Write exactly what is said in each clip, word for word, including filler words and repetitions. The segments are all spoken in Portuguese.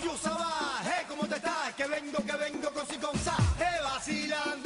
Yuyu Sama, hey, ¿cómo te estás? Que vengo, que vengo con si con sa, hey, vacilando.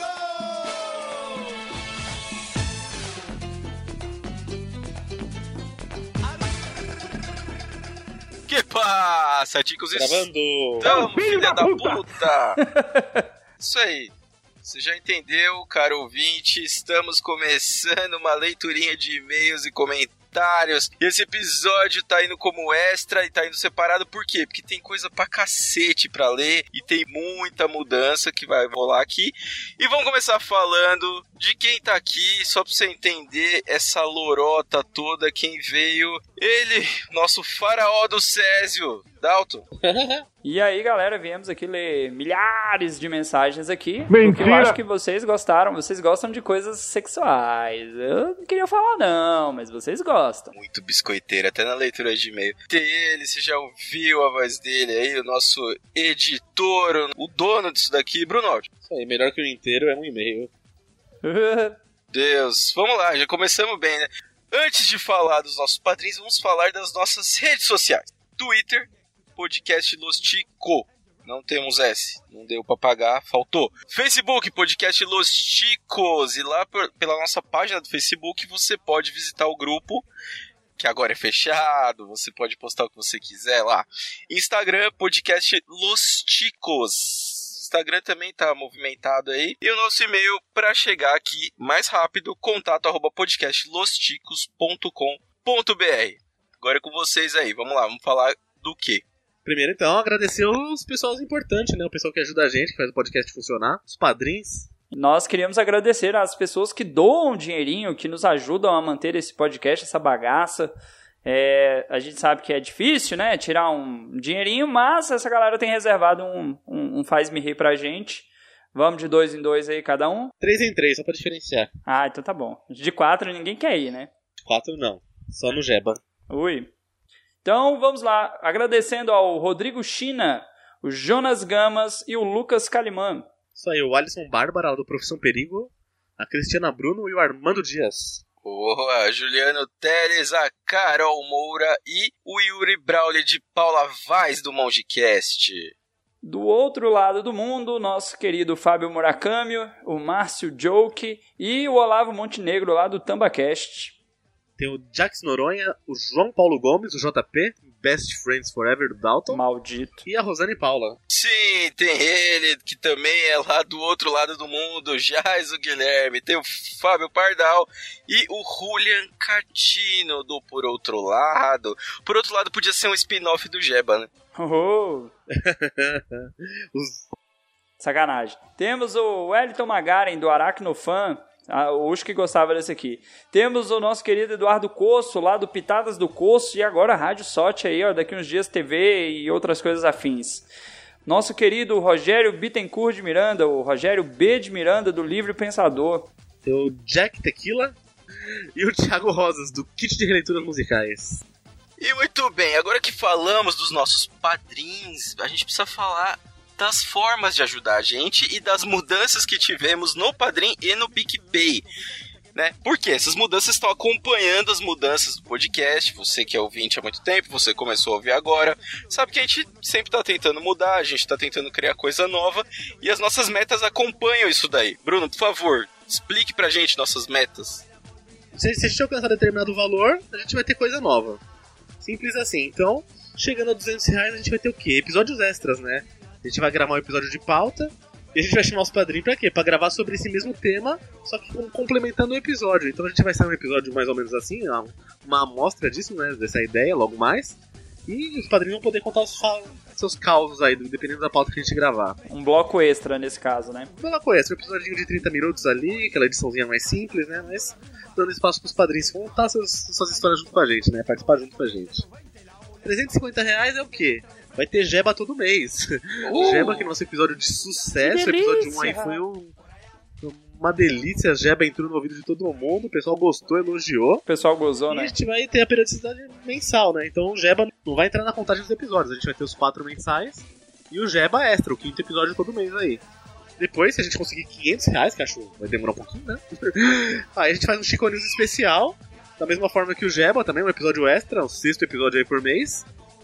Que passa, ticos? Gravando! Tamo, filha da puta! Isso aí. Você já entendeu, caro ouvinte? Estamos começando uma leiturinha de e-mails e comentários. E esse episódio tá indo como extra e tá indo separado por quê? Porque tem coisa pra cacete pra ler e tem muita mudança que vai rolar aqui. E vamos começar falando de quem tá aqui, só pra você entender essa lorota toda, quem veio. Ele, nosso faraó do Césio, Dalton. E aí, galera, viemos aqui ler milhares de mensagens aqui. Mentira. Porque eu acho que vocês gostaram, vocês gostam de coisas sexuais. Eu não queria falar não, mas vocês gostam. Muito biscoiteiro, até na leitura de e-mail. Tem ele, você já ouviu a voz dele aí, o nosso editor, o dono disso daqui, Bruno Aldi. Isso aí, melhor que o inteiro é um e-mail. Deus, vamos lá, já começamos bem, né? Antes de falar dos nossos padrinhos, vamos falar das nossas redes sociais. Twitter, podcast Los Tico. Não temos S, não deu pra pagar, faltou. Facebook, podcast Los Ticos. E lá por, pela nossa página do Facebook você pode visitar o grupo, que agora é fechado, você pode postar o que você quiser lá. Instagram, podcast Los Ticos. Instagram também tá movimentado aí. E o nosso e-mail para chegar aqui mais rápido, contato arroba podcastlosticos ponto com ponto b r. Agora é com vocês aí, vamos lá, vamos falar do quê? Primeiro, então, agradecer os pessoal importantes, né? O pessoal que ajuda a gente, que faz o podcast funcionar, os padrinhos. Nós queríamos agradecer às pessoas que doam um dinheirinho, que nos ajudam a manter esse podcast, essa bagaça. É, a gente sabe que é difícil, né, tirar um dinheirinho, mas essa galera tem reservado um, um, um faz-me rir pra gente. Vamos de dois em dois aí, cada um? Três em três, só pra diferenciar. Ah, então tá bom. De quatro ninguém quer ir, né? Quatro não, só no Jeba. Ui. Então vamos lá, agradecendo ao Rodrigo China, o Jonas Gamas e o Lucas Calimã. Isso aí, o Alisson Bárbara, do Profissão Perigo, a Cristiana Bruno e o Armando Dias. Boa, Juliano Teles, a Carol Moura e o Yuri Brauli de Paula Vaz do MongeCast. Do outro lado do mundo, nosso querido Fábio Murakami, o Márcio Joke e o Olavo Montenegro lá do TambaCast. Tem o Jax Noronha, o João Paulo Gomes, o J P, Best Friends Forever do Dalton. Maldito. E a Rosane Paula. Sim, tem ele, que também é lá do outro lado do mundo, Jais o Guilherme. Tem o Fábio Pardal e o Julian Catino do Por Outro Lado. Por outro lado, podia ser um spin-off do Jeba, né? Oh. Os... Sacanagem. Temos o Wellington Magaren do Aracnofan. Ah, o Ucho que gostava desse aqui. Temos o nosso querido Eduardo Coço, lá do Pitadas do Coço, e agora a Rádio Sote aí, ó, daqui uns dias T V e outras coisas afins. Nosso querido Rogério Bittencourt de Miranda, o Rogério B. de Miranda, do Livre Pensador. Tem o Jack Tequila e o Thiago Rosas, do Kit de Releituras Musicais. E muito bem, agora que falamos dos nossos padrinhos, a gente precisa falar das formas de ajudar a gente e das mudanças que tivemos no Padrim e no PicPay, né? Porque essas mudanças estão acompanhando as mudanças do podcast. Você que é ouvinte há muito tempo, você começou a ouvir agora, sabe que a gente sempre está tentando mudar, a gente está tentando criar coisa nova e as nossas metas acompanham isso daí. Bruno, por favor, explique pra gente nossas metas. Se, se a gente alcançar determinado valor, a gente vai ter coisa nova. Simples assim. Então, chegando a duzentos reais, a gente vai ter o quê? Episódios extras, né? A gente vai gravar um episódio de pauta e a gente vai chamar os padrinhos pra quê? Pra gravar sobre esse mesmo tema, só que complementando o episódio. Então a gente vai sair um episódio mais ou menos assim, uma amostra disso, né? Dessa ideia, logo mais. E os padrinhos vão poder contar os seus causos aí, dependendo da pauta que a gente gravar. Um bloco extra nesse caso, né? Um bloco extra, um episódio de trinta minutos ali, aquela ediçãozinha mais simples, né? Mas dando espaço pros padrinhos contar suas, suas histórias junto com a gente, né? Participar junto com a gente. trezentos e cinquenta reais é o quê? Vai ter Jeba todo mês. Uh, Jeba, que é nosso episódio de sucesso. O episódio um aí foi um, uma delícia. Jeba entrou no ouvido de todo mundo. O pessoal gostou, elogiou. O pessoal gozou, e né? E a gente vai ter a periodicidade mensal, né? Então o Jeba não vai entrar na contagem dos episódios. A gente vai ter os quatro mensais e o Jeba extra, o quinto episódio todo mês aí. Depois, se a gente conseguir quinhentos reais, que acho que vai demorar um pouquinho, né? Aí a gente faz um Chico News especial. Da mesma forma que o Jeba também, um episódio extra, um sexto episódio aí por mês.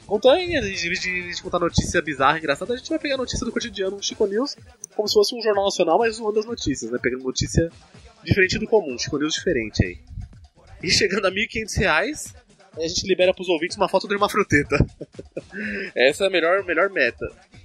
Contando, a gente, em vez de contar notícia bizarra, engraçada, a gente vai pegar a notícia do cotidiano no Chico News, como se fosse um jornal nacional, mas zoando as notícias, né? Pegando notícia diferente do comum, Chico News diferente aí. E chegando a mil e quinhentos reais, a gente libera pros ouvintes uma foto do Hermafroteta. Essa é a melhor, melhor meta.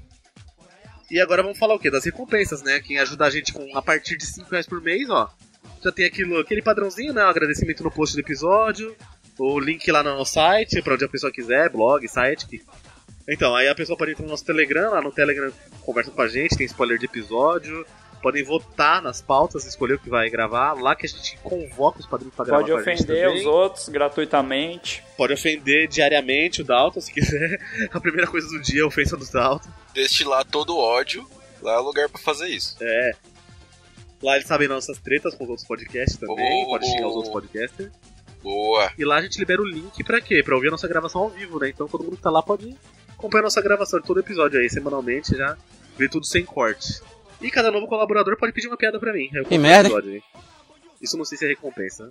E agora vamos falar o quê? Das recompensas, né? Quem ajuda a gente com a partir de cinco reais por mês, ó. Já tem aquilo, aquele padrãozinho, né? O agradecimento no post do episódio. O link lá no site, pra onde a pessoa quiser, blog, site. Que... Então, aí a pessoa pode entrar no nosso Telegram, lá no Telegram conversa com a gente, tem spoiler de episódio. Podem votar nas pautas, escolher o que vai gravar. Lá que a gente convoca os padrinhos pra gravar Pode com a gente ofender também. os outros gratuitamente. Pode ofender diariamente o Dalton, se quiser. A primeira coisa do dia é a ofensa do Dalton. Destilar todo o ódio, lá é o lugar pra fazer isso. É. Lá eles sabem nossas tretas com os outros podcasts também. Oh, Pode xingar os oh. outros podcasters. Boa. E lá a gente libera o link pra quê? Pra ouvir a nossa gravação ao vivo, né? Então todo mundo que tá lá pode acompanhar a nossa gravação de todo episódio aí, semanalmente, já ver tudo sem corte. E cada novo colaborador pode pedir uma piada pra mim. Que merda. Episódio, isso não sei se é recompensa.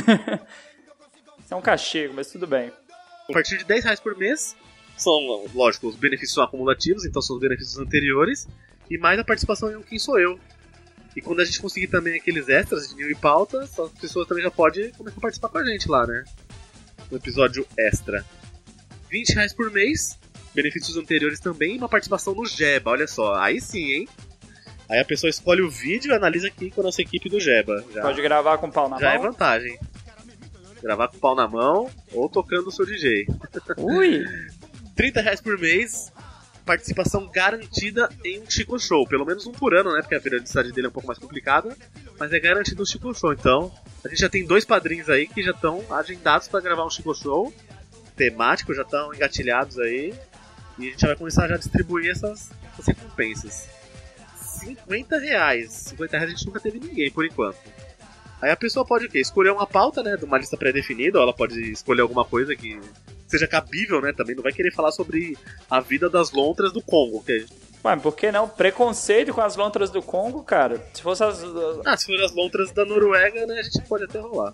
Isso é um castigo, mas tudo bem. A partir de dez reais por mês, são, lógico, os benefícios são acumulativos, então são os benefícios anteriores, e mais a participação em um Quem Sou Eu. E quando a gente conseguir também aqueles extras de mil e pautas, as pessoas também já podem começar a participar com a gente lá, né? No episódio extra. vinte reais por mês, benefícios anteriores também, e uma participação no Jeba, olha só, aí sim, hein? Aí a pessoa escolhe o vídeo e analisa aqui com a nossa equipe do Jeba. Já, Pode gravar com o pau na já mão? é vantagem. Gravar com o pau na mão ou tocando o seu D J. Ui! trinta reais por mês, participação garantida em um Chico Show. Pelo menos um por ano, né? Porque a periodicidade dele é um pouco mais complicada. Mas é garantido um Chico Show. Então, a gente já tem dois padrinhos aí que já estão agendados para gravar um Chico Show temático, já estão engatilhados aí. E a gente já vai começar já a distribuir essas, essas recompensas. cinquenta reais. cinquenta reais a gente nunca teve ninguém, por enquanto. Aí a pessoa pode o quê? Escolher uma pauta, né? De uma lista pré-definida, ou ela pode escolher alguma coisa que seja cabível, né? Também não vai querer falar sobre a vida das lontras do Congo. Que... Mas por que não? Preconceito com as lontras do Congo, cara. Se fosse as... Ah, se for as lontras da Noruega, né? A gente pode até rolar.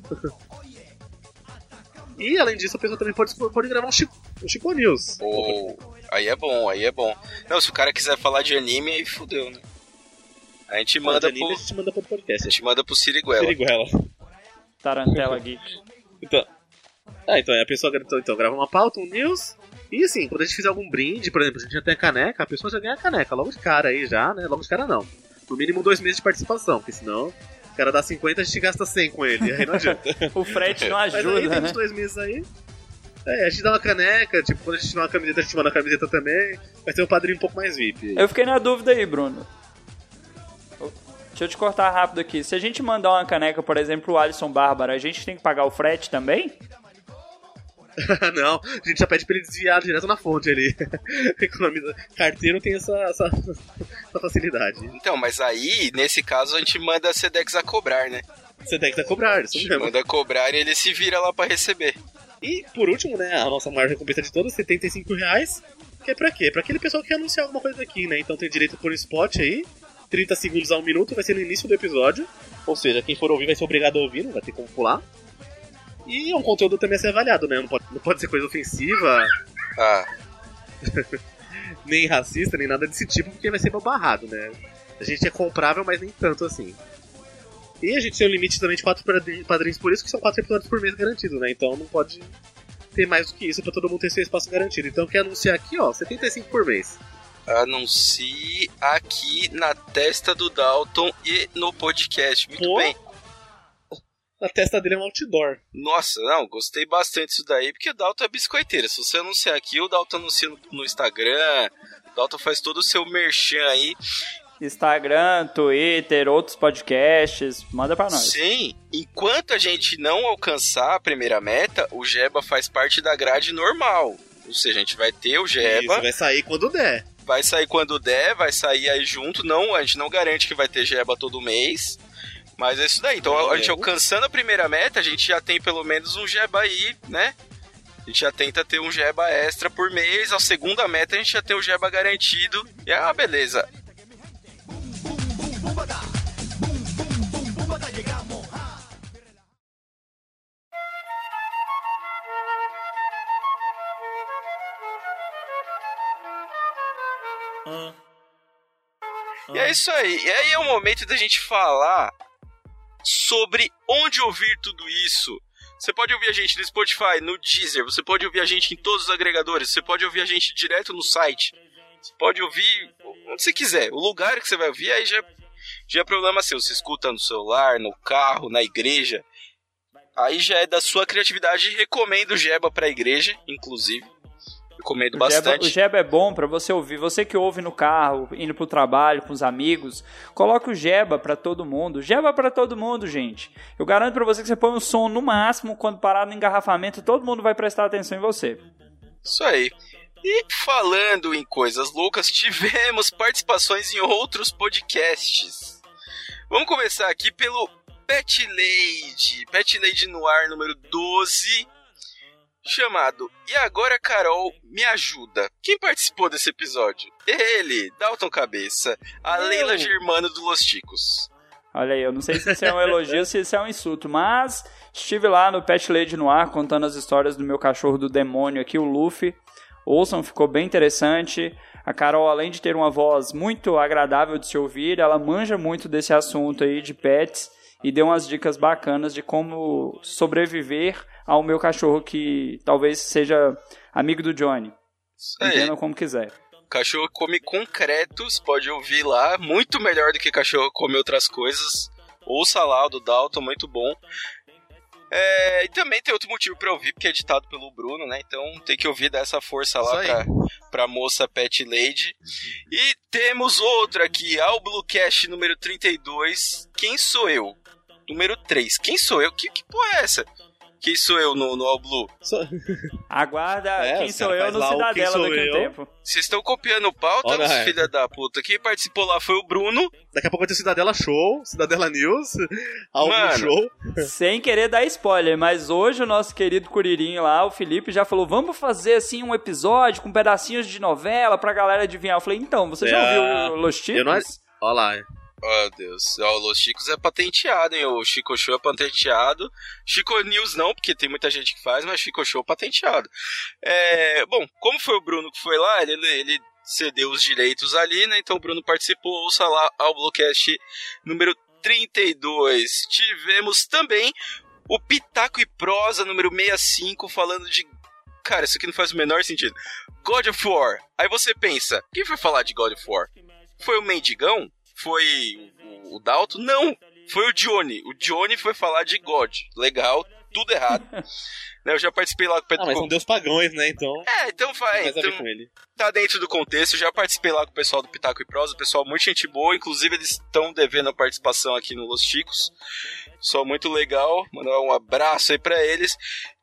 E além disso, a pessoa também pode, pode gravar um Chico, um Chico News. Oh, aí é bom, aí é bom. Não, se o cara quiser falar de anime, aí fudeu, né? A gente manda anime, pro... a gente manda pro podcast. A gente manda pro Siriguela. Siriguela. Tarantela Geek. Então, ah, então a pessoa então, então, grava uma pauta, um news. E assim, quando a gente fizer algum brinde, por exemplo, a gente já tem a caneca, a pessoa já ganha a caneca, logo de cara aí já, né? Logo de cara não. No mínimo dois meses de participação, porque senão o cara dá cinquenta, a gente gasta cem com ele, aí não adianta. O frete não Mas ajuda, aí tem né? uns dois meses aí. É, a gente dá uma caneca, tipo, quando a gente tiver uma camiseta, a gente manda uma camiseta também. Vai ter um padrinho um pouco mais V I P. Eu fiquei na dúvida aí, Bruno. Deixa eu te cortar rápido aqui. Se a gente mandar uma caneca, por exemplo, o Alisson Bárbara, a gente tem que pagar o frete também? Não, a gente já pede pra ele desviar direto na fonte ali. Economiza. Carteiro tem essa, essa, essa facilidade. Então, mas aí, nesse caso, a gente manda a Sedex a cobrar, né? Você tem que cobrar, isso A gente mesmo. manda cobrar e ele se vira lá pra receber. E, por último, né, a nossa maior recompensa de todas, setenta e cinco reais. Que é pra quê? Pra aquele pessoal que quer anunciar alguma coisa aqui, né? Então tem direito por spot aí. trinta segundos a um minuto, vai ser no início do episódio. Ou seja, quem for ouvir vai ser obrigado a ouvir, não vai ter como pular. E é um conteúdo também a ser avaliado, né? Não pode, não pode ser coisa ofensiva, Ah, nem racista, nem nada desse tipo, porque vai ser barrado, né? A gente é comprável, mas nem tanto assim. E a gente tem um limite também de quatro padrinhos por isso, que são quatro episódios por mês garantidos, né? Então não pode ter mais do que isso pra todo mundo ter seu espaço garantido. Então quer anunciar aqui, ó, setenta e cinco por mês. anuncie aqui na testa do Dalton e no podcast. Muito Pô. bem. A testa dele é um outdoor. Nossa, não, gostei bastante disso daí, porque o Dalton é biscoiteiro. Se você anunciar aqui, o Dalton anuncia no, no Instagram, o Dalton faz todo o seu merchan aí. Instagram, Twitter, outros podcasts, manda pra nós. Sim, enquanto a gente não alcançar a primeira meta, o Jeba faz parte da grade normal. Ou seja, a gente vai ter o Jeba, Isso, vai sair quando der. vai sair quando der, vai sair aí junto. Não, a gente não garante que vai ter Jeba todo mês. Mas é isso daí. Então, É a gente mesmo? alcançando a primeira meta, a gente já tem pelo menos um Jeba aí, né? A gente já tenta ter um Jeba extra por mês. A segunda meta, a gente já tem o Jeba garantido. E é uma beleza. Ah. E é isso aí. E aí é o momento da gente falar sobre onde ouvir tudo isso. Você pode ouvir a gente no Spotify, no Deezer, você pode ouvir a gente em todos os agregadores, você pode ouvir a gente direto no site, você pode ouvir onde você quiser. O lugar que você vai ouvir, aí já, já é problema seu. Você escuta no celular, no carro, na igreja. Aí já é da sua criatividade. Recomendo o Jeba pra igreja, inclusive. Recomendo o bastante. Jeba, o Jeba é bom pra você ouvir. Você que ouve no carro, indo pro trabalho, com os amigos, coloca o Jeba pra todo mundo. Jeba pra todo mundo, gente. Eu garanto pra você que você põe o som no máximo, quando parar no engarrafamento, todo mundo vai prestar atenção em você. Isso aí. E falando em coisas loucas, tivemos participações em outros podcasts. Vamos começar aqui pelo Pet Lady. Pet Lady no ar, número doze. Chamado E Agora Carol Me Ajuda. Quem participou desse episódio? Ele, Dalton Cabeça, a Eu. Leila Germano do Los Ticos. Olha aí, eu não sei se isso é um elogio ou se isso é um insulto, mas estive lá no Pet Lady no ar contando as histórias do meu cachorro do demônio aqui, o Luffy. Ouçam, ficou bem interessante. A Carol, além de ter uma voz muito agradável de se ouvir, ela manja muito desse assunto aí de pets e deu umas dicas bacanas de como sobreviver ao meu cachorro que talvez seja amigo do Johnny. Entendam como quiser. Cachorro come concretos, pode ouvir lá, muito melhor do que cachorro come outras coisas. Ouça lá o do Dalton, muito bom. É, e também tem outro motivo pra ouvir, porque é editado pelo Bruno, né? Então tem que ouvir, dar essa força lá pra, pra moça Pet Lady. E temos outro aqui, ao Bluecast número trinta e dois. Quem sou eu? Número três. Quem sou eu? Que, que porra é essa? Quem sou eu no, no All Blue? So... Aguarda É, quem os sou cara eu faz no lá o Cidadela Quem Sou daqui a um Eu. tempo. Vocês estão copiando pauta, Olha, os é. filha da puta. Quem participou lá foi o Bruno. Daqui a pouco vai ter Cidadela Show, Cidadela News, Alvo Mano. Show. Sem querer dar spoiler, mas hoje o nosso querido Curirinho lá, o Felipe, já falou, vamos fazer assim um episódio com pedacinhos de novela pra galera adivinhar. Eu falei, então, você já É, ouviu Los Ticos? Eu não... Olha lá. Oh, Deus. Ó, o Los Chicos é patenteado, hein? O Chico Show é patenteado. Chico News não, porque tem muita gente que faz, mas Chico Show patenteado. É, bom, como foi o Bruno que foi lá, ele, ele cedeu os direitos ali, né? Então o Bruno participou. Ouça lá ao Bluecast número trinta e dois. Tivemos também o Pitaco e Prosa número sessenta e cinco, falando de... Cara, isso aqui não faz o menor sentido. God of War. Aí você pensa, quem foi falar de God of War? Foi o Mendigão? Foi o, o Dalton? Não, foi o Johnny. O Johnny foi falar de God. Legal, tudo errado. Eu já participei lá com o Pedro. Ah, mas são deus pagãos, né? Então. É, então vai. Mais a ver Então, com ele. tá dentro do contexto. Já participei lá com o pessoal do Pitaco e Prosa. Pessoal muito gente boa. Inclusive, eles estão devendo a participação aqui no Los Chicos. Só muito legal. Mandar um abraço aí pra eles.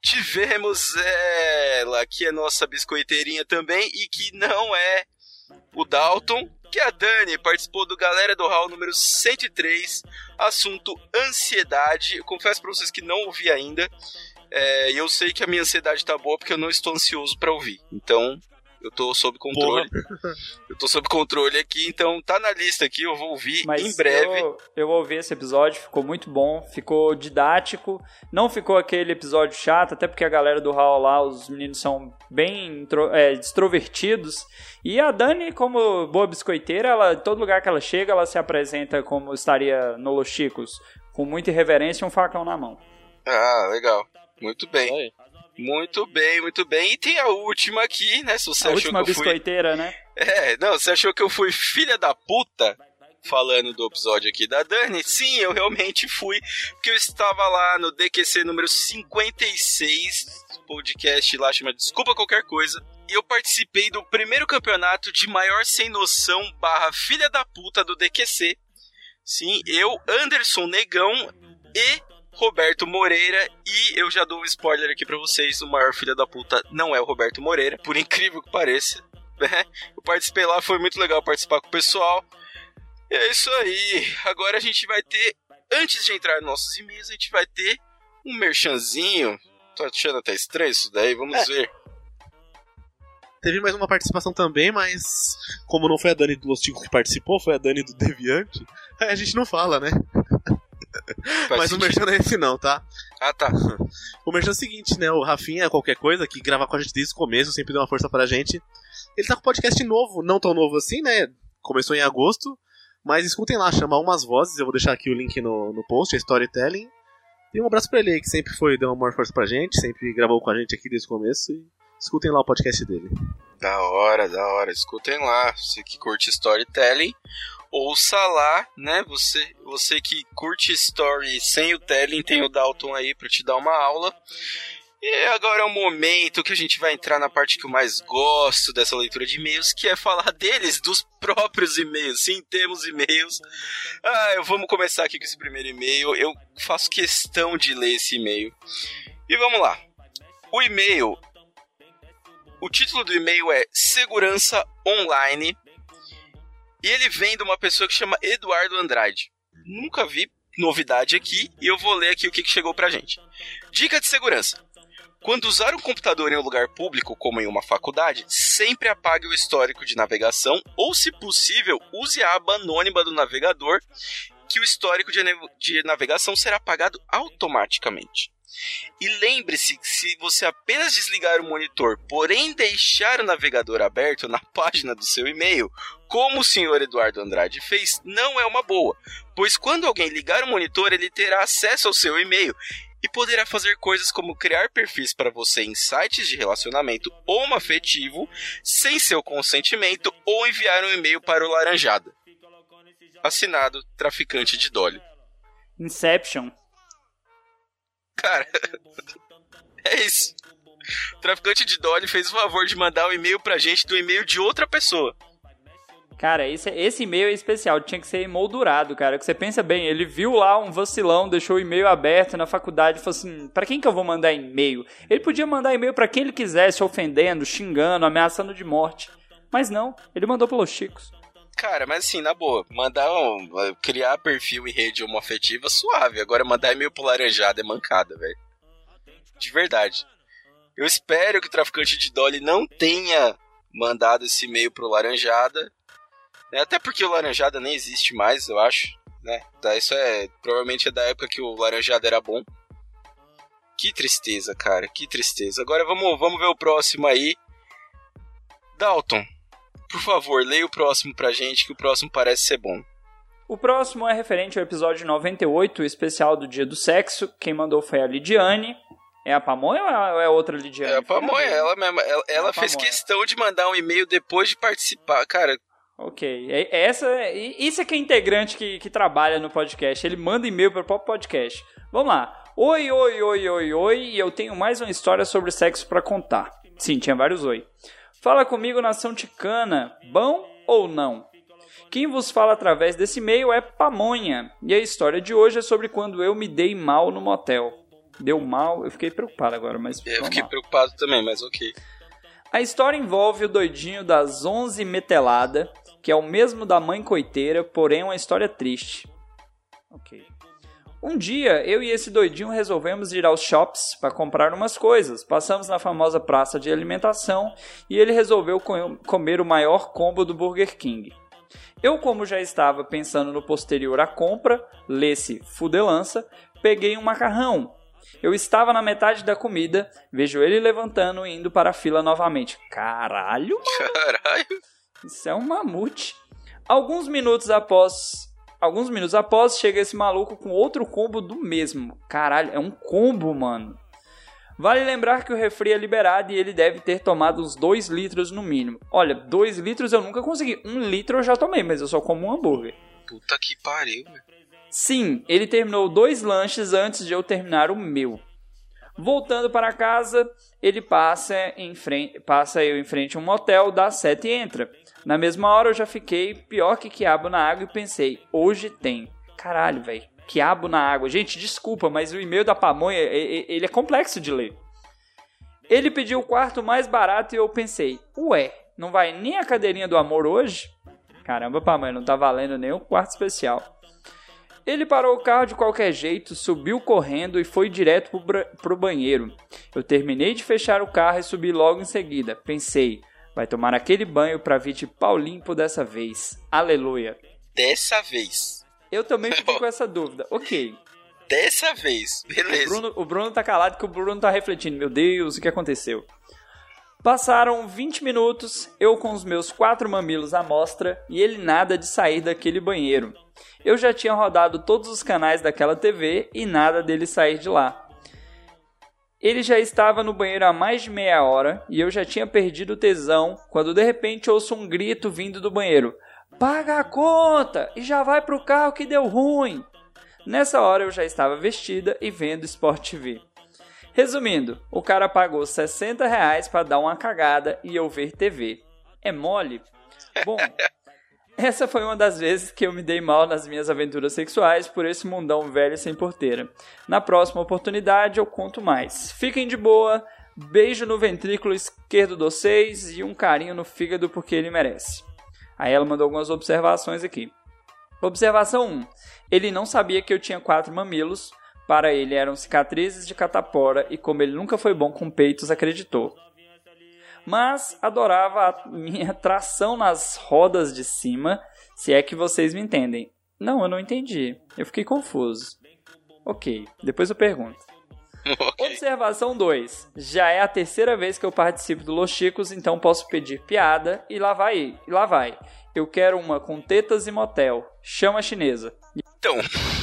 Tivemos ela, que é nossa biscoiteirinha também. E que não é o Dalton, que a Dani participou do Galera do Hall número cento e três, assunto ansiedade. Eu confesso pra vocês que não ouvi ainda, é, e eu sei que a minha ansiedade tá boa porque eu não estou ansioso pra ouvir, então eu tô sob controle. Porra. Eu tô sob controle aqui, então tá na lista aqui, eu vou ouvir Mas em breve. Eu, eu ouvi esse episódio, ficou muito bom, ficou didático, não ficou aquele episódio chato, até porque a galera do Hall lá, os meninos são bem intro, é, extrovertidos. E a Dani, como boa biscoiteira, ela, todo lugar que ela chega, ela se apresenta como estaria no Los Chicos, com muita irreverência e um facão na mão. Ah, legal. Muito bem. Oi. Muito bem, muito bem. E tem a última aqui, né? Se você A achou última que eu fui... biscoiteira, né? É, não, você achou que eu fui filha da puta falando do episódio aqui da Dani? Sim, eu realmente fui, porque eu estava lá no D Q C número cinquenta e seis, podcast lá chama Desculpa Qualquer Coisa, e eu participei do primeiro campeonato de maior sem noção barra filha da puta do D Q C. Sim, eu, Anderson Negão e Roberto Moreira, e eu já dou um spoiler aqui pra vocês, o maior filho da puta não é o Roberto Moreira, por incrível que pareça, né? Eu participei lá, foi muito legal participar com o pessoal, e é isso aí. Agora a gente vai ter, antes de entrar nos nossos e-mails, a gente vai ter um merchanzinho. Tô achando até estranho isso daí, vamos é. ver. Teve mais uma participação também, mas como não foi a Dani do Los Ticos que participou, foi a Dani do Deviante, aí a gente não fala, né? Faz Mas sentido. o merchan não é esse não, tá? Ah, tá. O merchan é o seguinte, né? O Rafinha, qualquer coisa, que grava com a gente desde o começo, sempre deu uma força pra gente. Ele tá com podcast novo, não tão novo assim, né? Começou em agosto, mas escutem lá, chama Umas Vozes, eu vou deixar aqui o link no, no post, é Storytelling. E um abraço pra ele aí, que sempre foi, deu uma maior força pra gente, sempre gravou com a gente aqui desde o começo. E escutem lá o podcast dele. Da hora, da hora, escutem lá. Você que curte Storytelling, ouça lá, né? Você, você que curte Story sem o Telling, tem o Dalton aí pra te dar uma aula. E agora é o momento que a gente vai entrar na parte que eu mais gosto dessa leitura de e-mails, que é falar deles, dos próprios e-mails. Sim, temos e-mails. Ah, eu, vamos começar aqui com esse primeiro e-mail. Eu faço questão de ler esse e-mail. E vamos lá. O e-mail... O título do e-mail é Segurança Online. E ele vem de uma pessoa que chama Eduardo Andrade. Nunca vi novidade aqui. E eu vou ler aqui o que chegou pra gente. Dica de segurança. Quando usar um computador em um lugar público, como em uma faculdade, sempre apague o histórico de navegação ou, se possível, use a aba anônima do navegador, que o histórico de, de navegação será apagado automaticamente. E lembre-se que se você apenas desligar o monitor, porém deixar o navegador aberto na página do seu e-mail, como o senhor Eduardo Andrade fez, não é uma boa, pois quando alguém ligar o monitor, ele terá acesso ao seu e-mail e poderá fazer coisas como criar perfis para você em sites de relacionamento homoafetivo sem seu consentimento ou enviar um e-mail para o Laranjada. Assinado, traficante de Dolly. Inception. Cara, é isso. O traficante de Dolly fez o favor de mandar um e-mail pra gente do e-mail de outra pessoa. Cara, esse, esse e-mail é especial, tinha que ser emoldurado, cara. Que você pensa bem, ele viu lá um vacilão, deixou o e-mail aberto na faculdade e falou assim, pra quem que eu vou mandar e-mail? Ele podia mandar e-mail pra quem ele quisesse, ofendendo, xingando, ameaçando de morte. Mas não, ele mandou pelos chicos. Cara, mas assim, na boa, mandar um, criar perfil em rede homoafetiva, suave. Agora mandar e-mail pro Laranjada é mancada, velho. De verdade. Eu espero que o traficante de Dolly não tenha mandado esse e-mail pro Laranjada. Até porque o Laranjada nem existe mais, eu acho, né? Isso é, provavelmente é da época que o Laranjada era bom. Que tristeza, cara, que tristeza. Agora vamos, vamos ver o próximo aí. Dalton, por favor, leia o próximo pra gente, que o próximo parece ser bom. O próximo é referente ao episódio noventa e oito, o especial do Dia do Sexo. Quem mandou foi a Lidiane. É a Pamonha ou é outra Lidiane? É a Pamonha, ela mesma. Ela, ela é fez Pamonha. Questão de mandar um e-mail depois de participar, cara. Ok, essa, isso é que é integrante que, que trabalha no podcast, ele manda e-mail para o próprio podcast. Vamos lá. Oi, oi, oi, oi, oi, e eu tenho mais uma história sobre sexo para contar. Sim, tinha vários oi. Fala comigo, nação ticana, bom ou não? Quem vos fala através desse e-mail é Pamonha, e a história de hoje é sobre quando eu me dei mal no motel. Deu mal? Eu fiquei preocupado agora, mas... Eu fiquei lá. preocupado também, mas ok. A história envolve o doidinho das onze metelada, que é o mesmo da mãe coiteira, porém uma história triste. Ok. Um dia, eu e esse doidinho resolvemos ir aos shops para comprar umas coisas. Passamos na famosa praça de alimentação e ele resolveu com- comer o maior combo do Burger King. Eu, como já estava pensando no posterior à compra, lê-se fudelança, peguei um macarrão. Eu estava na metade da comida, vejo ele levantando e indo para a fila novamente. Caralho, mano! Caralho! Isso é um mamute. Alguns minutos após... Alguns minutos após, chega esse maluco com outro combo do mesmo. Caralho, é um combo, mano. Vale lembrar que o refri é liberado e ele deve ter tomado uns dois litros no mínimo. Olha, dois litros eu nunca consegui. Um litro eu já tomei, mas eu só como um hambúrguer. Puta que pariu, velho. Sim, ele terminou dois lanches antes de eu terminar o meu. Voltando para casa, ele passa, em frente, passa eu em frente a um motel, dá sete e entra. Na mesma hora eu já fiquei pior que quiabo na água e pensei, hoje tem. Caralho, velho, quiabo na água. Gente, desculpa, mas o e-mail da Pamonha, ele é complexo de ler. Ele pediu o quarto mais barato e eu pensei, ué, não vai nem a cadeirinha do amor hoje? Caramba, Pamonha, não tá valendo nem o quarto especial. Ele parou o carro de qualquer jeito, subiu correndo e foi direto pro, bra- pro banheiro. Eu terminei de fechar o carro e subi logo em seguida. Pensei, vai tomar aquele banho pra vir de pau limpo dessa vez. Aleluia. Dessa vez. Eu também fiquei com essa dúvida. Ok. Dessa vez. Beleza. O Bruno, o Bruno tá calado que o Bruno tá refletindo. Meu Deus, o que aconteceu? Passaram vinte minutos, eu com os meus quatro mamilos à mostra e ele nada de sair daquele banheiro. Eu já tinha rodado todos os canais daquela T V e nada dele sair de lá. Ele já estava no banheiro há mais de meia hora e eu já tinha perdido o tesão quando de repente ouço um grito vindo do banheiro. Paga a conta e já vai pro carro que deu ruim. Nessa hora eu já estava vestida e vendo Sport T V. Resumindo, o cara pagou sessenta reais para dar uma cagada e eu ver T V. É mole? Bom, essa foi uma das vezes que eu me dei mal nas minhas aventuras sexuais por esse mundão velho sem porteira. Na próxima oportunidade eu conto mais. Fiquem de boa, beijo no ventrículo esquerdo de vocês e um carinho no fígado porque ele merece. Aí ela mandou algumas observações aqui. Observação um. Ele não sabia que eu tinha quatro mamilos. Para ele eram cicatrizes de catapora e como ele nunca foi bom com peitos, acreditou. Mas adorava a minha tração nas rodas de cima, se é que vocês me entendem. Não, eu não entendi. Eu fiquei confuso. Ok, depois eu pergunto. Okay. Observação dois. Já é a terceira vez que eu participo do Los Chicos, então posso pedir piada e lá vai, e lá vai. Eu quero uma com tetas e motel. Chama a chinesa. Então,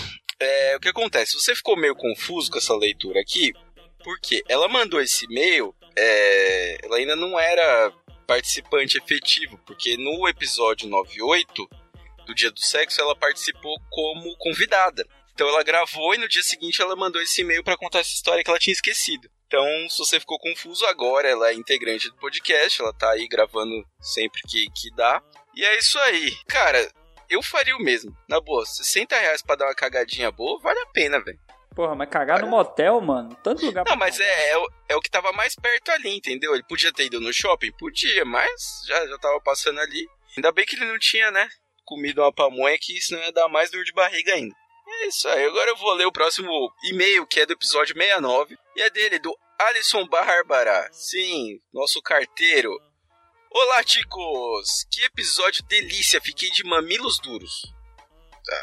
é, o que acontece? Você ficou meio confuso com essa leitura aqui, porque ela mandou esse e-mail, é, ela ainda não era participante efetivo, porque no episódio noventa e oito do Dia do Sexo ela participou como convidada. Então ela gravou e no dia seguinte ela mandou esse e-mail pra contar essa história que ela tinha esquecido. Então, se você ficou confuso agora, ela é integrante do podcast, ela tá aí gravando sempre que, que dá. E é isso aí. Cara, eu faria o mesmo. Na boa, sessenta reais pra dar uma cagadinha boa, vale a pena, velho. Porra, mas cagar no motel, mano, tanto lugar pra Não, mas é, é, o, é o que tava mais perto ali, entendeu? Ele podia ter ido no shopping? Podia, mas já, já tava passando ali. Ainda bem que ele não tinha, né, comido uma pamonha, que senão ia dar mais dor de barriga ainda. É isso aí, agora eu vou ler o próximo e-mail, que é do episódio sessenta e nove, e é dele, do Alisson Bárbara. Sim, nosso carteiro. Olá, ticos! Que episódio delícia, fiquei de mamilos duros. Tá,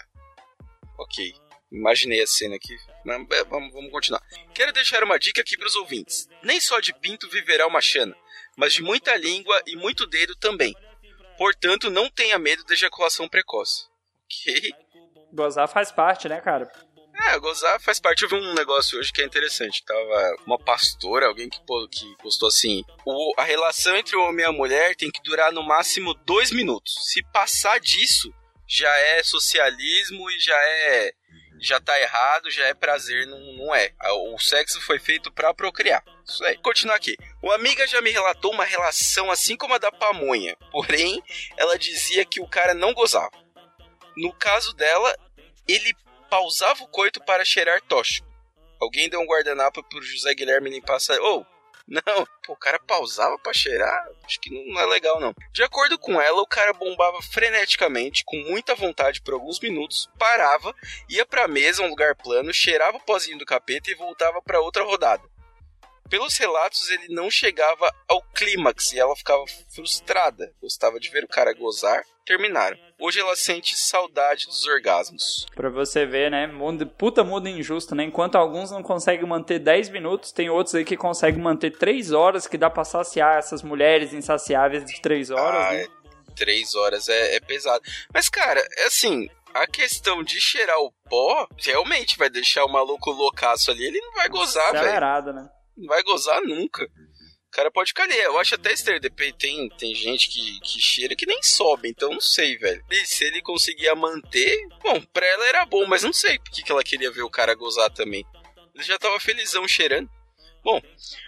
ok, imaginei a cena aqui, mas vamos, vamos continuar. Quero deixar uma dica aqui para os ouvintes. Nem só de pinto viverá uma chana, mas de muita língua e muito dedo também. Portanto, não tenha medo da ejaculação precoce. Ok? Gozar faz parte, né, cara? É, gozar faz parte. Eu vi um negócio hoje que é interessante. Tava uma pastora, alguém que, que postou assim: o, a relação entre o homem e a mulher tem que durar no máximo dois minutos. Se passar disso, já é socialismo e já é... já tá errado, já é prazer, não, não é. O sexo foi feito pra procriar. Isso aí. Continuar aqui. Uma amiga já me relatou uma relação assim como a da pamonha. Porém, ela dizia que o cara não gozava. No caso dela, ele pausava o coito para cheirar tóxico. Alguém deu um guardanapo pro José Guilherme limpar a... Oh, não, pô, o cara pausava pra cheirar? Acho que não é legal, não. De acordo com ela, o cara bombava freneticamente, com muita vontade por alguns minutos, parava, ia pra mesa, um lugar plano, cheirava o pozinho do capeta e voltava pra outra rodada. Pelos relatos, ele não chegava ao clímax e ela ficava frustrada. Gostava de ver o cara gozar. Terminaram. Hoje ela sente saudade dos orgasmos. Pra você ver, né? Mundo, puta mundo injusto, né? Enquanto alguns não conseguem manter dez minutos, tem outros aí que conseguem manter três horas, que dá pra saciar essas mulheres insaciáveis de três horas, ah, né? três horas é, é pesado. Mas, cara, é assim... A questão de cheirar o pó realmente vai deixar o maluco loucaço ali. Ele não vai gozar, velho. Acelerado, né? Não vai gozar nunca. O cara pode calhar. Eu acho até estranho. Tem, tem gente que, que cheira que nem sobe. Então não sei, velho. E se ele conseguia manter... Bom, pra ela era bom. Mas não sei por que, que ela queria ver o cara gozar também. Ele já tava felizão cheirando. Bom.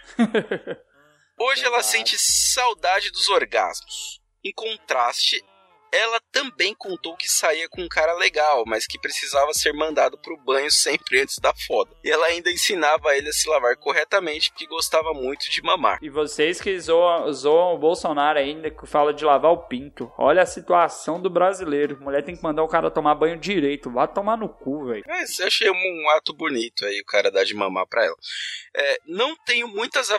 Hoje ela sente saudade dos orgasmos. Em contraste... Ela também contou que saía com um cara legal, mas que precisava ser mandado pro banho sempre antes da foda. E ela ainda ensinava ele a se lavar corretamente, porque gostava muito de mamar. E vocês que zoam, zoam o Bolsonaro ainda, que fala de lavar o pinto. Olha a situação do brasileiro. Mulher tem que mandar o cara tomar banho direito. Vai tomar no cu, velho. Mas eu achei um ato bonito aí, o cara dar de mamar pra ela. É, não tenho muitas aventuras.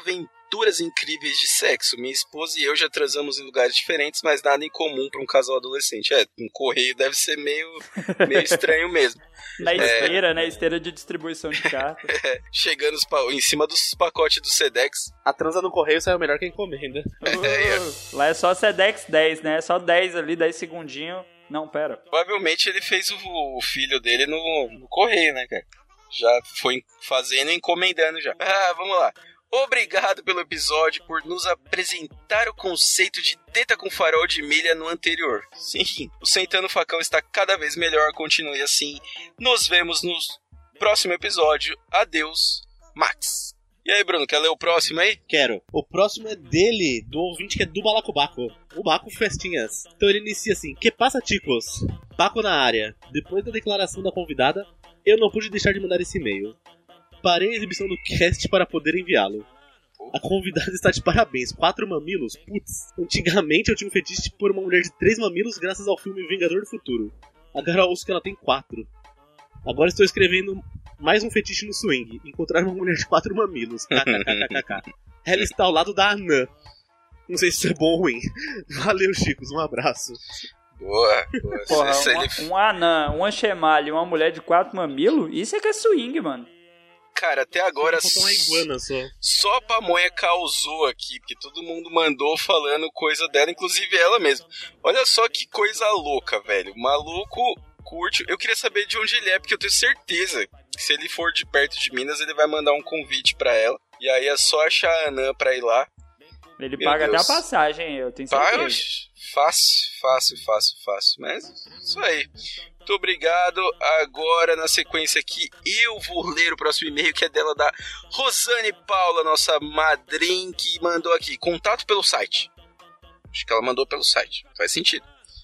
aventuras incríveis de sexo. Minha esposa e eu já transamos em lugares diferentes, mas nada em comum para um casal adolescente. É, um correio deve ser meio, meio estranho mesmo. Na esteira, é... né? Esteira de distribuição de cartas. É, chegando os pa... em cima dos pacotes do Sedex. A transa no correio saiu melhor que a encomenda. Uh, é. Lá é só Sedex dez, né? Só dez ali, dez segundinhos. Não, pera. Provavelmente ele fez o, o filho dele no, no correio, né, cara? Já foi fazendo e encomendando já. Ah, vamos lá. Obrigado pelo episódio, por nos apresentar o conceito de teta com farol de milha no anterior. Sim, o Sentando Facão está cada vez melhor, continue assim. Nos vemos no próximo episódio. Adeus, Max. E aí, Bruno, quer ler o próximo aí? Quero. O próximo é dele, do ouvinte que é do Balacobaco. O Baco Festinhas. Então ele inicia assim: que passa, ticos? Baco na área. Depois da declaração da convidada, eu não pude deixar de mandar esse e-mail. Parei a exibição do cast para poder enviá-lo. A convidada está de parabéns. Quatro mamilos? Putz. Antigamente eu tinha um fetiche por uma mulher de três mamilos graças ao filme Vingador do Futuro. Agora ouço que ela tem quatro. Agora estou escrevendo mais um fetiche no swing. Encontrar uma mulher de quatro mamilos. KKKKK. Ela está ao lado da Anã. Não sei se isso é bom ou ruim. Valeu, Chicos. Um abraço. Boa, boa. Porra, uma, um anã, um anchemalho e uma mulher de quatro mamilos? Isso é que é swing, mano. Cara, até agora uma iguana só. Só a pamonha causou aqui, porque todo mundo mandou falando coisa dela, inclusive ela mesma. Olha só que coisa louca, velho. O maluco curte. Eu queria saber de onde ele é, porque eu tenho certeza que se ele for de perto de Minas, ele vai mandar um convite pra ela. E aí é só achar a Anã pra ir lá. Ele Meu paga Deus. Até a passagem, eu tenho certeza. Paga, fácil, fácil, fácil, fácil. Mas isso aí. Muito obrigado. Agora, na sequência aqui, eu vou ler o próximo e-mail, que é dela, da Rosane Paula, nossa madrinha, que mandou aqui. Contato pelo site. Acho que ela mandou pelo site. Faz sentido.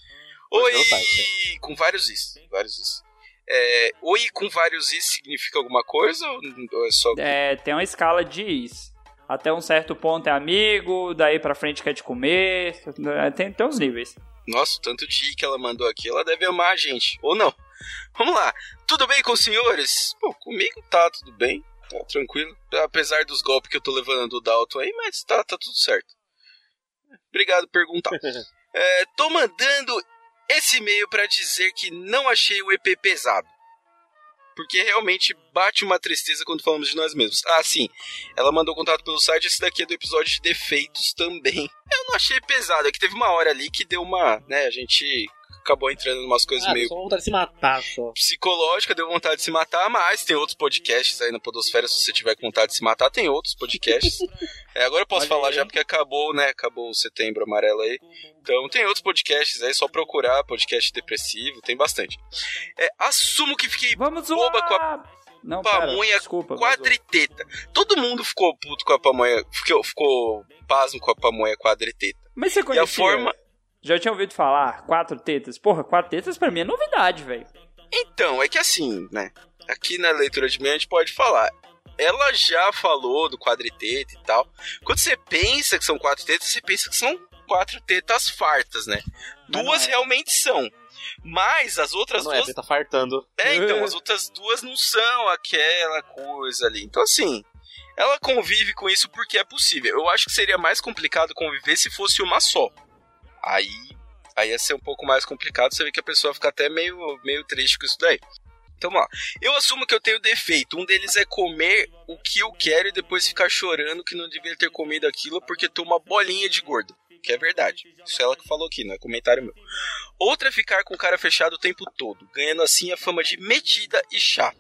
Oi, site, é. Com vários is. Vários is. É, oi com vários is significa alguma coisa? Ou é só... É, tem uma escala de is. Até um certo ponto é amigo, daí pra frente quer te comer. Tem, tem uns níveis. Nossa, tanto de i que ela mandou aqui, ela deve amar a gente. Ou não. Vamos lá. Tudo bem com os senhores? Pô, comigo tá tudo bem. Tá tranquilo. Apesar dos golpes que eu tô levando do Dalton aí, mas tá, tá tudo certo. Obrigado por perguntar. é, tô mandando esse e-mail pra dizer que não achei o E P pesado. Porque realmente bate uma tristeza quando falamos de nós mesmos. Ah, sim. Ela mandou contato pelo site. Esse daqui é do episódio de defeitos também. Eu não achei pesado. É que teve uma hora ali que deu uma... né, a gente acabou entrando em umas coisas ah, meio... só vontade de se matar, só. Psicológica, deu vontade de se matar. Mas tem outros podcasts aí na Podosfera. Se você tiver com vontade de se matar, tem outros podcasts. é, agora eu posso Olha falar aí. Já porque acabou, né? Acabou o Setembro Amarelo aí. Então tem outros podcasts aí, só procurar podcast depressivo, tem bastante. É, assumo que fiquei Vamos boba zoar. com a Não, pamonha pera, desculpa, quadriteta. Todo mundo ficou puto com a pamonha, ficou, ficou pasmo com a pamonha quadriteta. Mas você conhecia? E a forma... Já tinha ouvido falar? Quatro tetas? Porra, quatro tetas pra mim é novidade, velho. Então, é que assim, né? Aqui na leitura de mim a gente pode falar. Ela já falou do quadriteta e tal. Quando você pensa que são quatro tetas, você pensa que são quatro tetas fartas, né? Mas duas é. realmente são. Mas as outras não duas... É, tá fartando. É, então, as outras duas não são aquela coisa ali. Então, assim, ela convive com isso porque é possível. Eu acho que seria mais complicado conviver se fosse uma só. Aí, aí ia ser um pouco mais complicado. Você vê que a pessoa fica até meio, meio triste com isso daí. Então, vamos lá. Eu assumo que eu tenho defeito. Um deles é comer o que eu quero e depois ficar chorando que não devia ter comido aquilo porque tô uma bolinha de gordo. Que é verdade. Isso é ela que falou aqui, não é comentário meu. Outra é ficar com o cara fechado o tempo todo, ganhando assim a fama de metida e chata.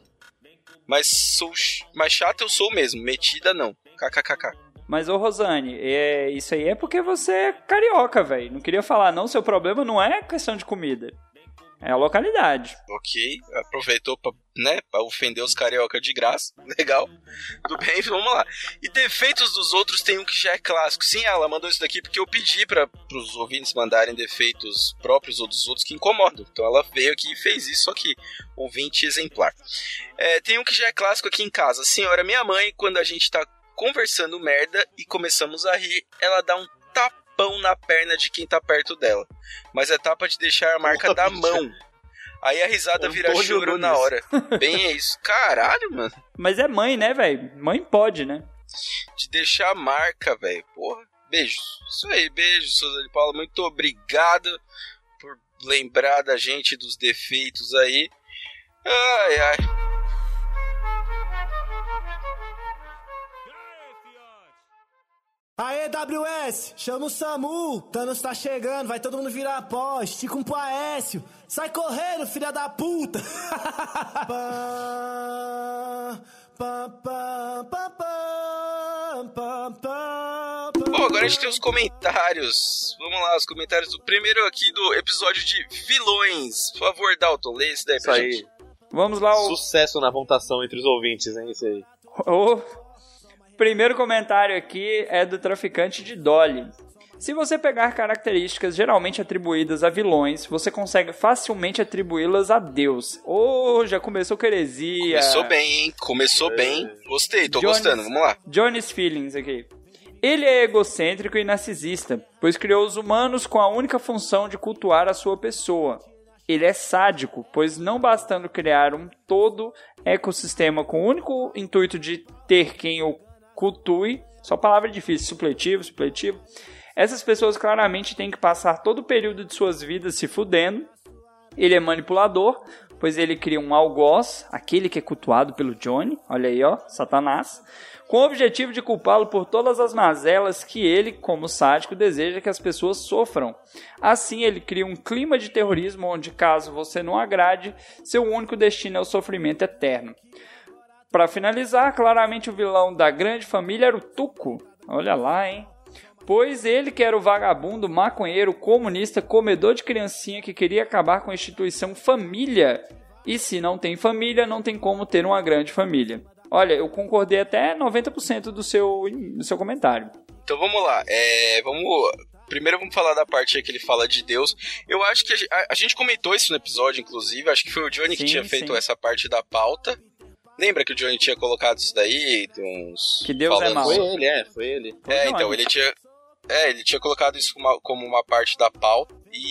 Mas sou mais chata eu sou mesmo, metida não. KKKK. Mas, ô Rosane, é, isso aí é porque você é carioca, velho. Não queria falar, não. Seu problema não é questão de comida. É a localidade. Ok, aproveitou pra, né, pra ofender os carioca de graça. Legal. Tudo bem, vamos lá. E defeitos dos outros tem um que já é clássico. Sim, ela mandou isso daqui porque eu pedi para os ouvintes mandarem defeitos próprios ou dos outros que incomodam. Então ela veio aqui e fez isso aqui. Ouvinte exemplar. É, tem um que já é clássico aqui em casa. Senhora, minha mãe, quando a gente tá conversando merda e começamos a rir, ela dá um tapão na perna de quem tá perto dela. Mas é tapa de deixar a marca da mão. Aí a risada vira choro na hora. Bem é isso. Caralho, mano. Mas é mãe, né, velho? Mãe pode, né? de deixar a marca, velho. Porra, beijos. Isso aí, beijos, Souza de Paula. Muito obrigado por lembrar da gente dos defeitos aí. Ai, ai. Aê, W S, chama o Samu, Thanos tá chegando, vai todo mundo virar pó, estica um Paécio, sai correndo, filha da puta! Bom, agora a gente tem os comentários. Vamos lá, os comentários do primeiro aqui do episódio de vilões. Por favor, Dalton, lê esse daí pra Isso gente. aí. Vamos lá. O... Sucesso na votação entre os ouvintes, hein? Isso aí. O primeiro comentário aqui é do traficante de Dolly. Se você pegar características geralmente atribuídas a vilões, você consegue facilmente atribuí-las a Deus. Oh, já começou com heresia. Começou bem, hein? Começou É. bem. Gostei, tô Johnny's- gostando. Vamos lá. Johnny's Feelings aqui. Ele é egocêntrico e narcisista, pois criou os humanos com a única função de cultuar a sua pessoa. Ele é sádico, pois não bastando criar um todo ecossistema com o único intuito de ter quem o cultue, só palavra difícil, supletivo, supletivo, essas pessoas claramente têm que passar todo o período de suas vidas se fudendo. Ele é manipulador, pois ele cria um algoz, aquele que é cultuado pelo Johnny, olha aí ó, Satanás, com o objetivo de culpá-lo por todas as mazelas que ele, como sádico, deseja que as pessoas sofram. Assim, ele cria um clima de terrorismo onde, caso você não agrade, seu único destino é o sofrimento eterno. Para finalizar, claramente o vilão da grande família era o Tuco. Olha lá, hein? Pois ele que era o vagabundo, maconheiro, comunista, comedor de criancinha que queria acabar com a instituição família. E se não tem família, não tem como ter uma grande família. Olha, eu concordei até noventa por cento do seu, do seu comentário. Então vamos lá. É, vamos... Primeiro vamos falar da parte aí que ele fala de Deus. Eu acho que a, ge- a- a gente comentou isso no episódio, inclusive. Acho que foi o Johnny que Sim, tinha feito sim. essa parte da pauta. Lembra que o Johnny tinha colocado isso daí? Tem uns Que Deus é falando- mau. Foi ele, é, foi ele. É, Johnny. então, ele tinha. É, ele tinha colocado isso como uma, como uma parte da pauta.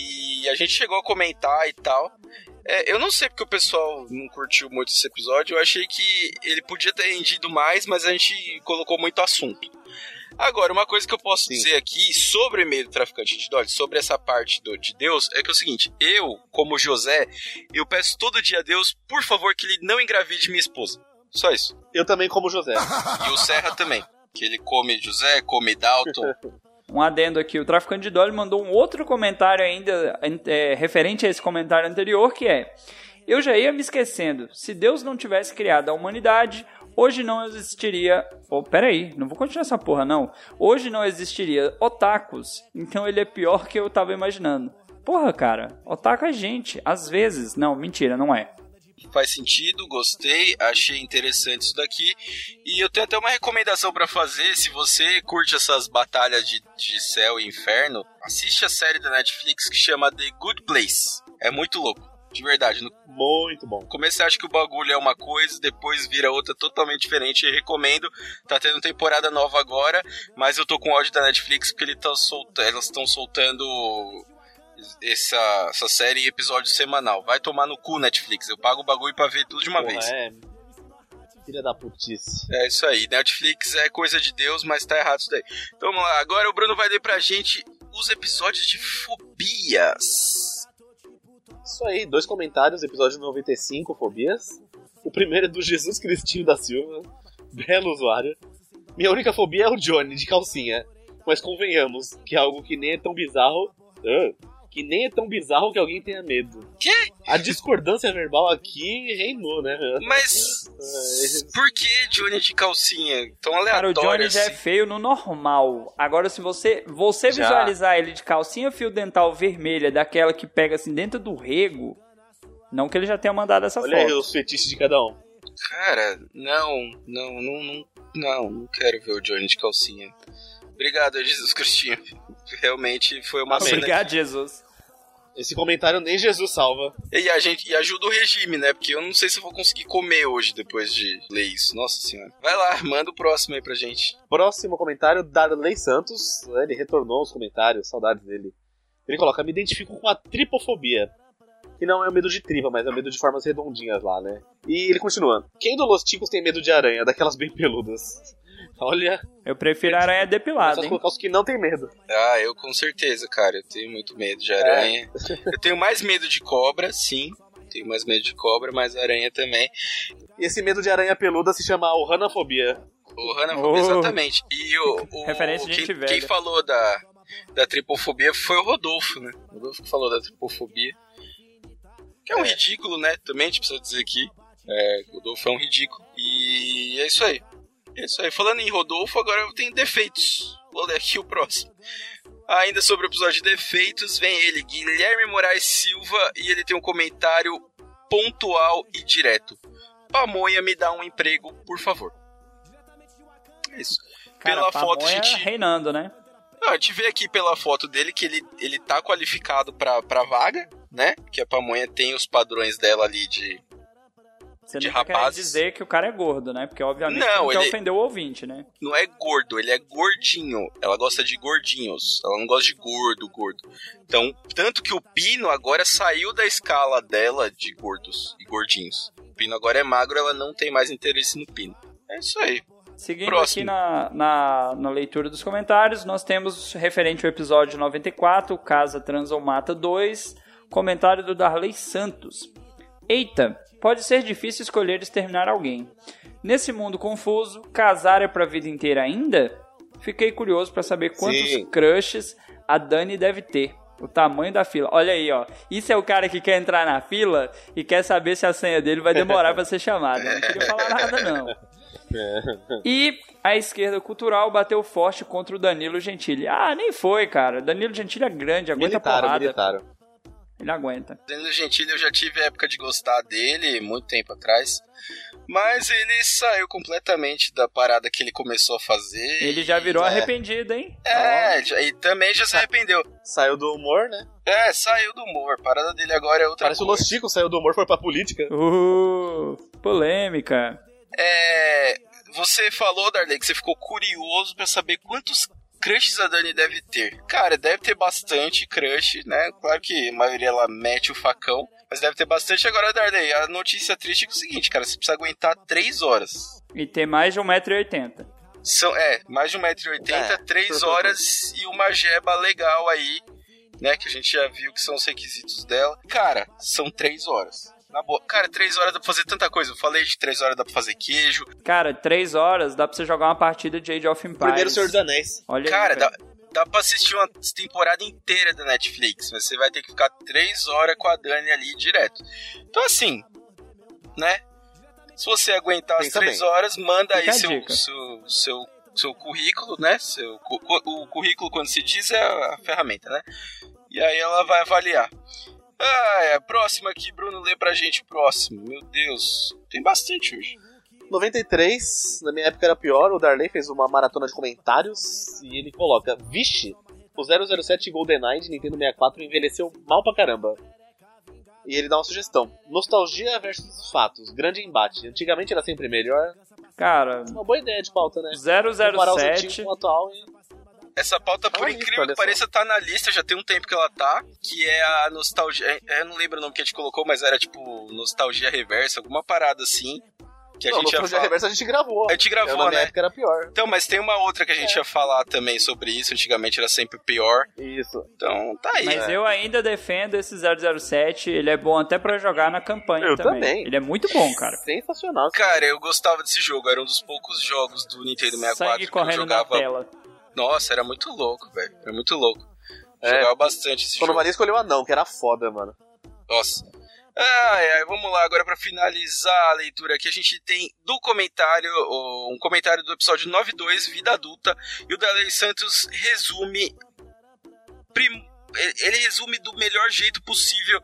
E a gente chegou a comentar e tal. É, eu não sei porque o pessoal não curtiu muito esse episódio. Eu achei que ele podia ter rendido mais, mas a gente colocou muito assunto. Agora, uma coisa que eu posso Sim. dizer aqui sobre o e-mail do traficante de Dolly, sobre essa parte do, de Deus, é que é o seguinte: eu, como José, eu peço todo dia a Deus, por favor, que ele não engravide minha esposa. Só isso. Eu também como José. E o Serra também. Que ele come José, come Dalton. Um adendo aqui, o traficante de Dolly mandou um outro comentário ainda é, referente a esse comentário anterior, que é: eu já ia me esquecendo, se Deus não tivesse criado a humanidade, hoje não existiria... Oh, peraí, não vou continuar essa porra não. Hoje não existiria otakus, então ele é pior que eu tava imaginando. Porra, cara, otaku é gente, às vezes. Não, mentira, não é. Faz sentido, gostei, achei interessante isso daqui. E eu tenho até uma recomendação pra fazer. Se você curte essas batalhas de, de céu e inferno, assiste a série da Netflix que chama The Good Place. É muito louco, de verdade. No Muito bom. começo você acha que o bagulho é uma coisa, depois vira outra totalmente diferente. Eu recomendo. Tá tendo temporada nova agora, mas eu tô com ódio da Netflix porque ele tá solta, elas estão soltando essa, essa série em episódio semanal. Vai tomar no cu, Netflix. Eu pago o bagulho pra ver tudo de uma Porra, vez. é. Filha da putice. É isso aí, Netflix é coisa de Deus, mas tá errado isso daí. Então vamos lá, agora o Bruno vai ler pra gente os episódios de fobias. Isso aí, dois comentários, episódio noventa e cinco, Fobias. O primeiro é do Jesus Cristinho da Silva, belo usuário. Minha única fobia é o Johnny, de calcinha. Mas convenhamos, que é algo que nem é tão bizarro... Ah, que nem é tão bizarro que alguém tenha medo. Quê? A discordância verbal aqui reinou, né? Mas por que Johnny de calcinha? Tão Cara, o aleatório Johnny já é assim. feio no normal. Agora, se você, você Já. visualizar ele de calcinha fio dental vermelha, daquela que pega assim dentro do rego, não que ele já tenha mandado essa Olha aí foto. os fetiches de cada um. Cara, não, não, não, não, não, não quero ver o Johnny de calcinha. Obrigado, Jesus Cristinho. Realmente foi uma Amém. cena. Obrigado, Jesus. Esse comentário nem Jesus salva. E a gente e ajuda o regime, né? Porque eu não sei se eu vou conseguir comer hoje depois de ler isso. Nossa senhora. Vai lá, manda o próximo aí pra gente. Próximo comentário, Darley Santos. Ele retornou os comentários, saudades dele. Ele coloca: me identifico com a tripofobia. Que não é o medo de tripa, mas é o medo de formas redondinhas lá, né? E ele continua: quem do Los Ticos tem medo de aranha, daquelas bem peludas? Olha. Eu prefiro aranha depilada, Só hein? colocar os que não tem medo. Ah, eu com certeza, cara. Eu tenho muito medo de aranha. É. Eu tenho mais medo de cobra, sim. Tenho mais medo de cobra, mas aranha também. E esse medo de aranha peluda se chama Ohana-fobia. Ohana-fobia, Oh. exatamente. E o, o Referência de gente quem, velha. quem falou da, da tripofobia foi o Rodolfo, né? O Rodolfo que falou da tripofobia. Que é um é. ridículo, né? Também a gente precisa dizer aqui. É, o Rodolfo é um ridículo. E é isso aí. É isso aí. Falando em Rodolfo, agora eu tenho defeitos. Vou ler aqui o próximo. Ainda sobre o episódio de defeitos, vem ele, Guilherme Moraes Silva, e ele tem um comentário pontual e direto. Pamonha, me dá um emprego, por favor. É isso. Cara, pela Pamonha foto a gente... reinando, né? Não, a gente vê aqui pela foto dele que ele, ele tá qualificado pra, pra vaga, né? Que a Pamonha tem os padrões dela ali de... Você de não tá querendo rapazes. dizer que o cara é gordo, né? Porque obviamente Não, não quer ele- ofender o ouvinte, né? Não é gordo, ele é gordinho. Ela gosta de gordinhos. Ela não gosta de gordo, gordo. Então, tanto que o Pino agora saiu da escala dela de gordos e gordinhos. O Pino agora é magro, ela não tem mais interesse no Pino. É isso aí. Seguindo Próximo. aqui na, na, na leitura dos comentários, nós temos, referente ao episódio noventa e quatro, Casa Transa ou Mata dois, comentário do Darley Santos. Eita, pode ser difícil escolher exterminar alguém. Nesse mundo confuso, casar é pra vida inteira ainda? Fiquei curioso pra saber quantos Sim. crushes a Dani deve ter. O tamanho da fila. Olha aí, ó. Isso é o cara que quer entrar na fila e quer saber se a senha dele vai demorar pra ser chamada. Eu não queria falar nada, não. E a esquerda cultural bateu forte contra o Danilo Gentili. Ah, nem foi, cara. Danilo Gentili é grande, aguenta Militar, porrada. militar. Ele aguenta. Danilo Gentili, eu já tive a época de gostar dele, muito tempo atrás. Mas ele saiu completamente da parada que ele começou a fazer. Ele já virou é. arrependido, hein? É, já- e também já se arrependeu. Saiu do humor, né? É, saiu do humor. A parada dele agora é outra Parece o coisa. Los Chicos, saiu do humor, foi pra política. Uh, polêmica. É, você falou, Darley, que você ficou curioso pra saber quantos crushes a Dani deve ter. Cara, deve ter bastante crush, né? Claro que a maioria ela mete o facão, mas deve ter bastante. Agora, Darley, a notícia triste é o seguinte, cara, você precisa aguentar três horas. E tem mais de um metro e oitenta. São, é, mais de um metro e oitenta, É. três horas e uma jeba legal aí, né? Que a gente já viu que são os requisitos dela. Cara, são três horas. Na boa. Cara, três horas dá pra fazer tanta coisa. Eu falei de três horas dá pra fazer queijo. Cara, três horas dá pra você jogar uma partida de Age of Empires. Primeiro Senhor dos Anéis. Olha Cara, aí, dá, velho. dá pra assistir uma temporada inteira da Netflix, mas você vai ter que ficar três horas com a Dani ali direto. Então, assim, né? Se você aguentar as Pensa três bem. horas, manda Fica aí a seu, dica. seu, seu, seu currículo, né? Seu, cu- cu- o currículo, quando se diz, é a ferramenta, né? E aí ela vai avaliar. Ah, é a próxima aqui, Bruno, lê pra gente o próximo. Meu Deus, tem bastante hoje. noventa e três, na minha época era pior, o Darley fez uma maratona de comentários e ele coloca: vixe, o zero zero sete GoldenEye de Nintendo sessenta e quatro envelheceu mal pra caramba. E ele dá uma sugestão: nostalgia versus fatos, grande embate. Antigamente era sempre melhor. Cara, Uma boa ideia de pauta, né? zero zero Comparar os sete. antigos com o atual e... Essa pauta, por Tá na incrível lista, olha que só. pareça, tá na lista, já tem um tempo que ela tá, que é a nostalgia. Eu não lembro o nome que a gente colocou, mas era tipo nostalgia reversa, alguma parada assim. Que a Não, gente ia nostalgia falar. reversa a gente gravou. A gente gravou, Eu, na minha né? época era pior. Então, mas tem uma outra que a gente É. ia falar também sobre isso. Antigamente era sempre pior. Isso. Então, tá aí. Mas né? eu ainda defendo esse zero zero sete. Ele é bom até pra jogar na campanha Eu também. também. Ele é muito bom, cara. Sensacional. Cara, eu gostava desse jogo. Era um dos poucos jogos do Nintendo sessenta e quatro Sangue que eu correndo na jogava. tela. Nossa, era muito louco, velho. Era muito louco. É. Jogava bastante esse Quando o jogo. Maria escolheu o anão, que era foda, mano. Nossa. Ai, ai, vamos lá, agora pra finalizar a leitura aqui, a gente tem do comentário, ó, um comentário do episódio nove dois, Vida Adulta, e o Darley Santos resume, prim- ele resume do melhor jeito possível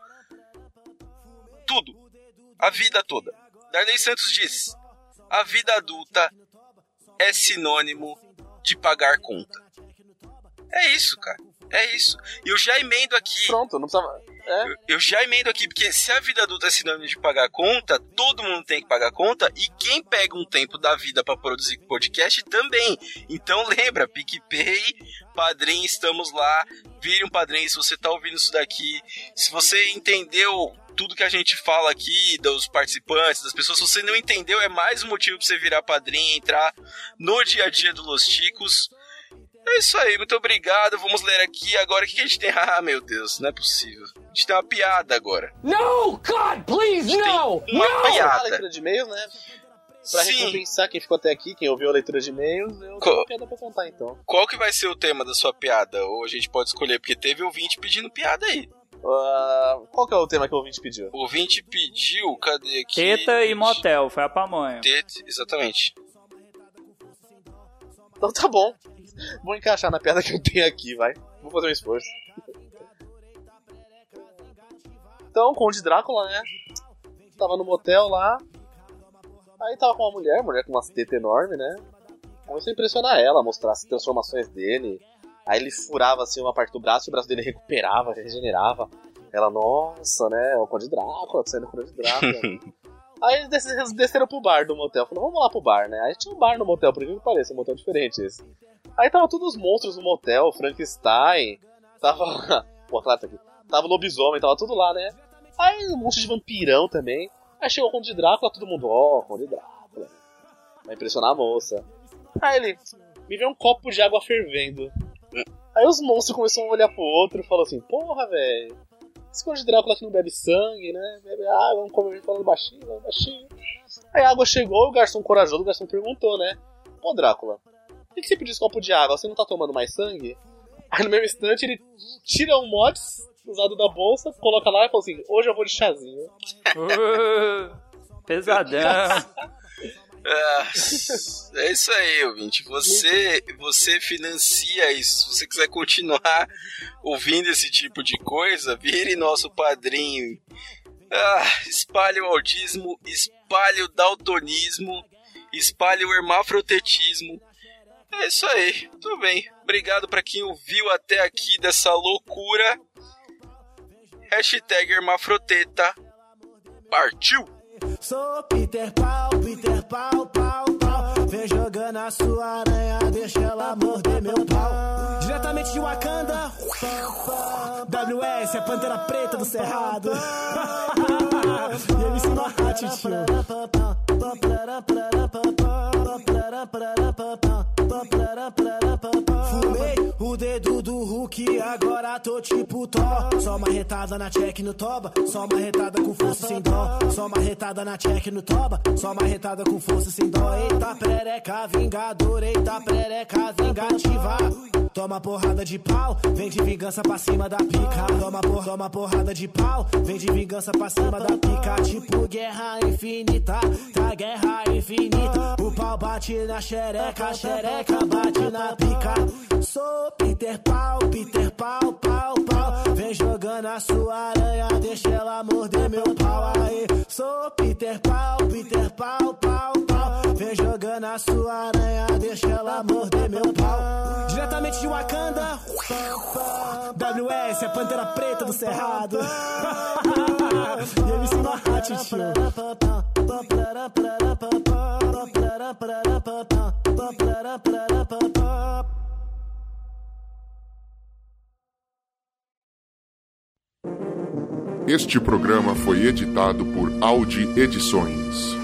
tudo, a vida toda. Darley Santos diz: a vida adulta é sinônimo de pagar conta. É isso, cara, é isso. E eu já emendo aqui... Pronto, não precisava... É. Eu- Eu já emendo aqui, porque se a vida adulta é sinônimo de pagar conta, todo mundo tem que pagar conta, e quem pega um tempo da vida pra produzir podcast também. Então lembra, PicPay, Padrim, estamos lá, vire um padrinho se você tá ouvindo isso daqui. Se você entendeu tudo que a gente fala aqui, dos participantes, das pessoas, se você não entendeu, é mais um motivo pra você virar padrinho, entrar no dia a dia do Los Ticos. É isso aí, muito obrigado. Vamos ler aqui agora. O que a gente tem? Ah, meu Deus, não é possível. A gente tem uma piada agora. No, God, please, no! Tem uma A piada. leitura de e-mails, né? Pra Sim. recompensar quem ficou até aqui, quem ouviu a leitura de e-mails, eu Co- tenho uma piada pra contar, então. Qual que vai ser o tema da sua piada? Ou a gente pode escolher, porque teve ouvinte pedindo piada aí. Uh, qual que é o tema que o ouvinte pediu? O ouvinte pediu, cadê aqui? Teta e motel, foi a pamonha. Teta, exatamente. Então tá bom. Vou encaixar na piada que eu tenho aqui, vai. Vou fazer um esforço. Então, o Conde Drácula, né? Tava no motel lá. Aí tava com uma mulher, mulher com umas tetas enormes, né? Começou a impressionar ela, mostrar as transformações dele. Aí ele furava assim uma parte do braço e o braço dele recuperava, regenerava. Ela, nossa, né? O Conde Drácula, tô saindo com o Conde Drácula. Aí eles des- eles desceram pro bar do motel. Falaram, vamos lá pro bar, né? Aí tinha um bar no motel, por que que pareça, um motel diferente esse. Aí tava todos os monstros no motel, Frankenstein, tava... Pô, claro, tá aqui. Tava o lobisomem, tava tudo lá, né? Aí um monte de vampirão também. Aí chegou o Conde Drácula, todo mundo, ó, oh, Conde Drácula. Vai impressionar a moça. Aí ele, me vê um copo de água fervendo. Aí os monstros começaram a olhar pro outro e falaram assim, porra, velho, esse Conde Drácula aqui não bebe sangue, né? Bebe água, vamos comer falando baixinho, falando baixinho. Aí a água chegou, o garçom corajoso, o garçom perguntou, né? Pô, Drácula, por que, que você pediu esse copo de água? Você não tá tomando mais sangue? Aí no mesmo instante ele tira um mods usado da bolsa, coloca lá e fala assim, hoje eu vou de chazinho. Uh, pesadão. Ah, é isso aí, ouvinte. Você, você financia isso. Se você quiser continuar ouvindo esse tipo de coisa, vire nosso padrinho. Ah, espalhe o audismo, espalhe o daltonismo, espalhe o hermafrotetismo. É isso aí, tudo bem. Obrigado pra quem ouviu até aqui dessa loucura. Hashtag hermafroteta. Partiu! Sou Peter Pau, Peter Pau, pau, pau. Vem jogando a sua aranha, deixa ela morder meu pau. Diretamente de Wakanda, W S, a Pantera Preta do Cerrado. E ele ensina a rádio, Fumei o dedo do Hulk, agora tô tipo Thor. Só uma retada na check no toba, só uma retada com força sem dó. Só uma retada na check no toba, só uma retada com força sem dó. Eita perereca vingador, eita perereca vingativa. Toma porrada de pau, vem de vingança pra cima da pica. Toma, por, toma porrada de pau, vem de vingança pra cima da pica. Tipo guerra infinita, tá guerra infinita. O pau bate na xereca, a xereca bate na pica. Sou Peter Pau, Peter Pau, pau, pau. Vem jogando a sua aranha, deixa ela morder meu pau. Aí, sou Peter Pau, Peter Pau, pau, pau. Vem jogando a sua aranha, deixa ela morder meu pau. Diretamente de Wakanda, W S, a Pantera Preta do Cerrado. E ele ensina a rádio, Este programa foi editado por Audi Edições.